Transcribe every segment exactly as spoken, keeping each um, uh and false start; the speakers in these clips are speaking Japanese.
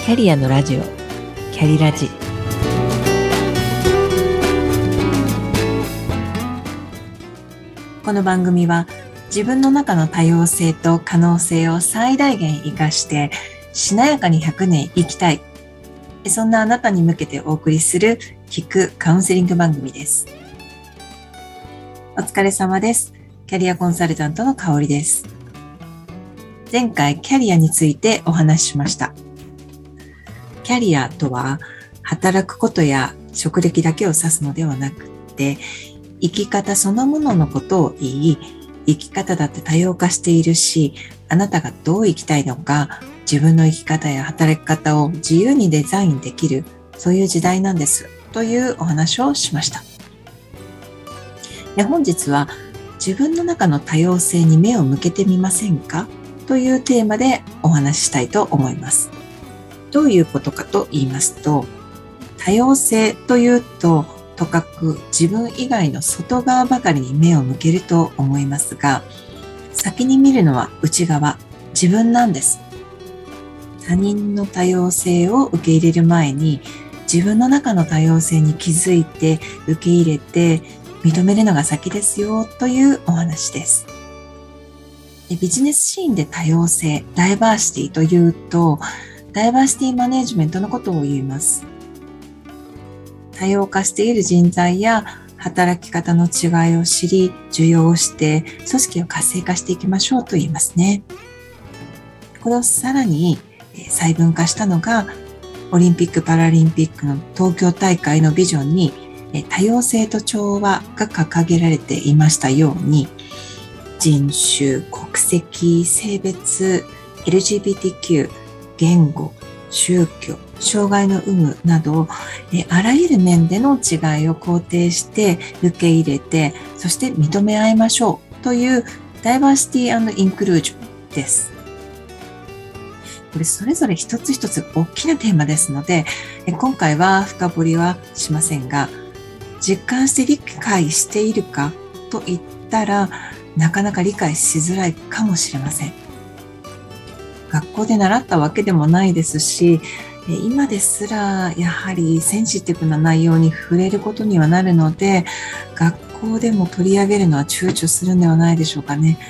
キャリアのラジオ、キャリラジ。この番組は自分の中の多様性と可能性を最大限生かしてしなやかにひゃくねん生きたい、そんなあなたに向けてお送りする聞くカウンセリング番組です。お疲れ様です。キャリアコンサルタントの香織です。前回キャリアについてお話ししました。キャリアとは働くことや職歴だけを指すのではなくて、生き方そのもののことを言い、生き方だって多様化しているし、あなたがどう生きたいのか、自分の生き方や働き方を自由にデザインできる、そういう時代なんですというお話をしました。で、本日は自分の中の多様性に目を向けてみませんかというテーマでお話ししたいと思います。どういうことかと言いますと、多様性というととかく自分以外の外側ばかりに目を向けると思いますが、先に見るのは内側、自分なんです。他人の多様性を受け入れる前に、自分の中の多様性に気づいて受け入れて認めるのが先ですよというお話です。ビジネスシーンで多様性、ダイバーシティというと、ダイバーシティマネジメントのことを言います。多様化している人材や働き方の違いを知り、受容して組織を活性化していきましょうと言いますね。これをさらに細分化したのが、オリンピック・パラリンピックの東京大会のビジョンに多様性と調和が掲げられていましたように、人種、国籍、性別、エルジービーティーキュー、言語、宗教、障害の有無など、あらゆる面での違いを肯定して受け入れて、そして認め合いましょうというダイバーシティ&インクルージョンです。これそれぞれ一つ一つ大きなテーマですので、今回は深掘りはしませんが、実感して理解しているかと言ったら、なかなか理解しづらいかもしれません。学校で習ったわけでもないですし、今ですらやはりセンシティブな内容に触れることにはなるので、学校でも取り上げるのは躊躇するんではないでしょうかね。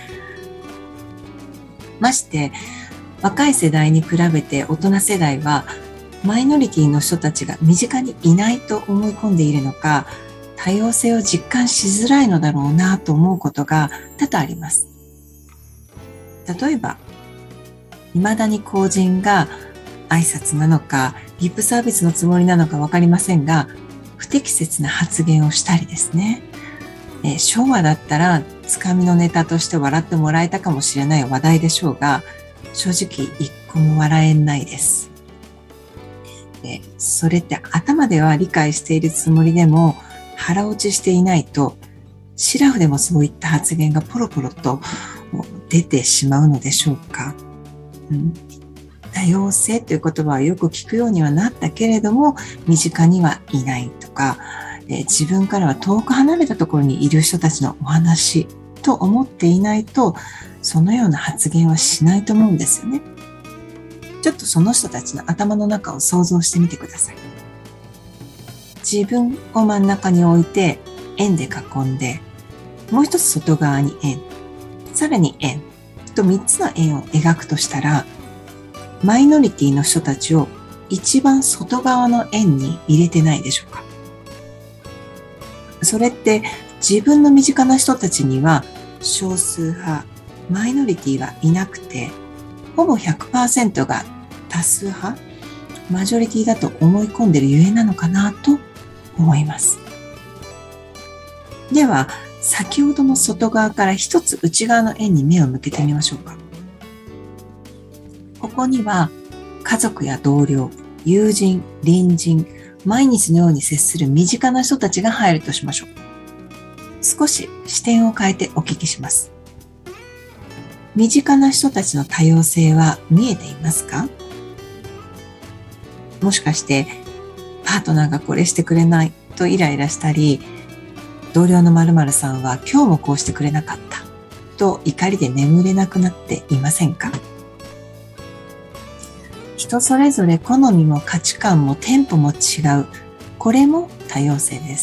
まして、若い世代に比べて大人世代はマイノリティの人たちが身近にいないと思い込んでいるのか、多様性を実感しづらいのだろうなと思うことが多々あります。例えば、未だに公人が挨拶なのかリップサービスのつもりなのか分かりませんが、不適切な発言をしたりですね、えー、昭和だったらつかみのネタとして笑ってもらえたかもしれない話題でしょうが、正直一個も笑えないです。で、それって頭では理解しているつもりでも腹落ちしていないと、シラフでもそういった発言がポロポロと出てしまうのでしょうか。うん、多様性という言葉はよく聞くようにはなったけれども、身近にはいないとか、えー、自分からは遠く離れたところにいる人たちのお話と思っていないと、そのような発言はしないと思うんですよね。ちょっとその人たちの頭の中を想像してみてください。自分を真ん中に置いて円で囲んで、もう一つ外側に円、さらに円とみっつの円を描くとしたら、マイノリティの人たちを一番外側の円に入れてないでしょうか。それって自分の身近な人たちには少数派、マイノリティはいなくて、ほぼ ひゃくパーセント が多数派、マジョリティだと思い込んでいるゆえなのかなと思います。では、先ほどの外側から一つ内側の円に目を向けてみましょうか。ここには家族や同僚、友人、隣人、毎日のように接する身近な人たちが入るとしましょう。少し視点を変えてお聞きします。身近な人たちの多様性は見えていますか？もしかしてパートナーがこれしてくれないとイライラしたり、同僚の〇〇さんは今日もこうしてくれなかったと怒りで眠れなくなっていませんか？ 人それぞれ好みも価値観もテンポも違う。これも多様性です。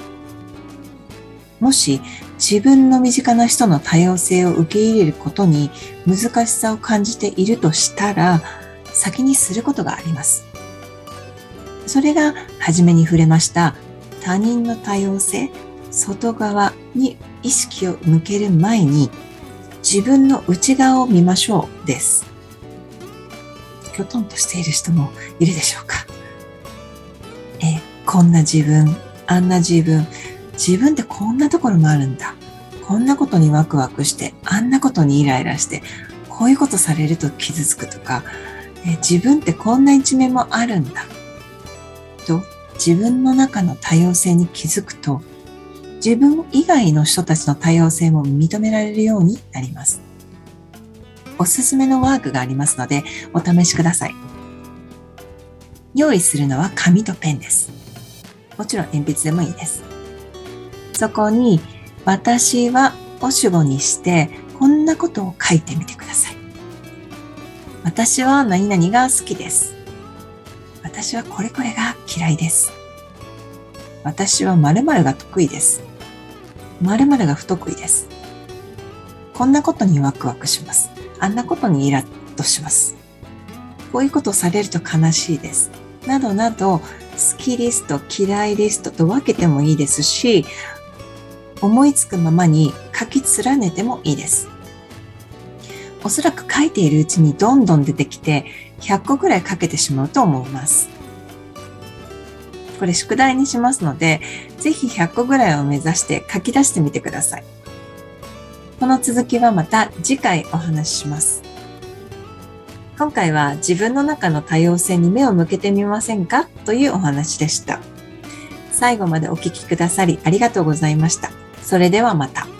もし自分の身近な人の多様性を受け入れることに難しさを感じているとしたら、先にすることがあります。それが初めに触れました他人の多様性、外側に意識を向ける前に自分の内側を見ましょうです。きょとんとしている人もいるでしょうか。え、こんな自分、あんな自分、自分ってこんなところもあるんだ。こんなことにワクワクして、あんなことにイライラして、こういうことされると傷つくとか、え自分ってこんな一面もあるんだ。と、自分の中の多様性に気づくと、自分以外の人たちの多様性も認められるようになります。おすすめのワークがありますので、お試しください。用意するのは紙とペンです。もちろん鉛筆でもいいです。そこに、私はを主語にして、こんなことを書いてみてください。私は何々が好きです。私はこれこれが嫌いです。私は〇〇が得意です。〇〇が不得意です。こんなことにワクワクします。あんなことにイラッとします。こういうことをされると悲しいです。などなど、好きリスト、嫌いリストと分けてもいいですし、思いつくままに書き連ねてもいいです。おそらく書いているうちにどんどん出てきて、ひゃっこぐらい書けてしまうと思います。これ宿題にしますので、ぜひひゃっこぐらいを目指して書き出してみてください。この続きはまた次回お話しします。今回は自分の中の多様性に目を向けてみませんかというお話でした。最後までお聞きくださりありがとうございました。それではまた。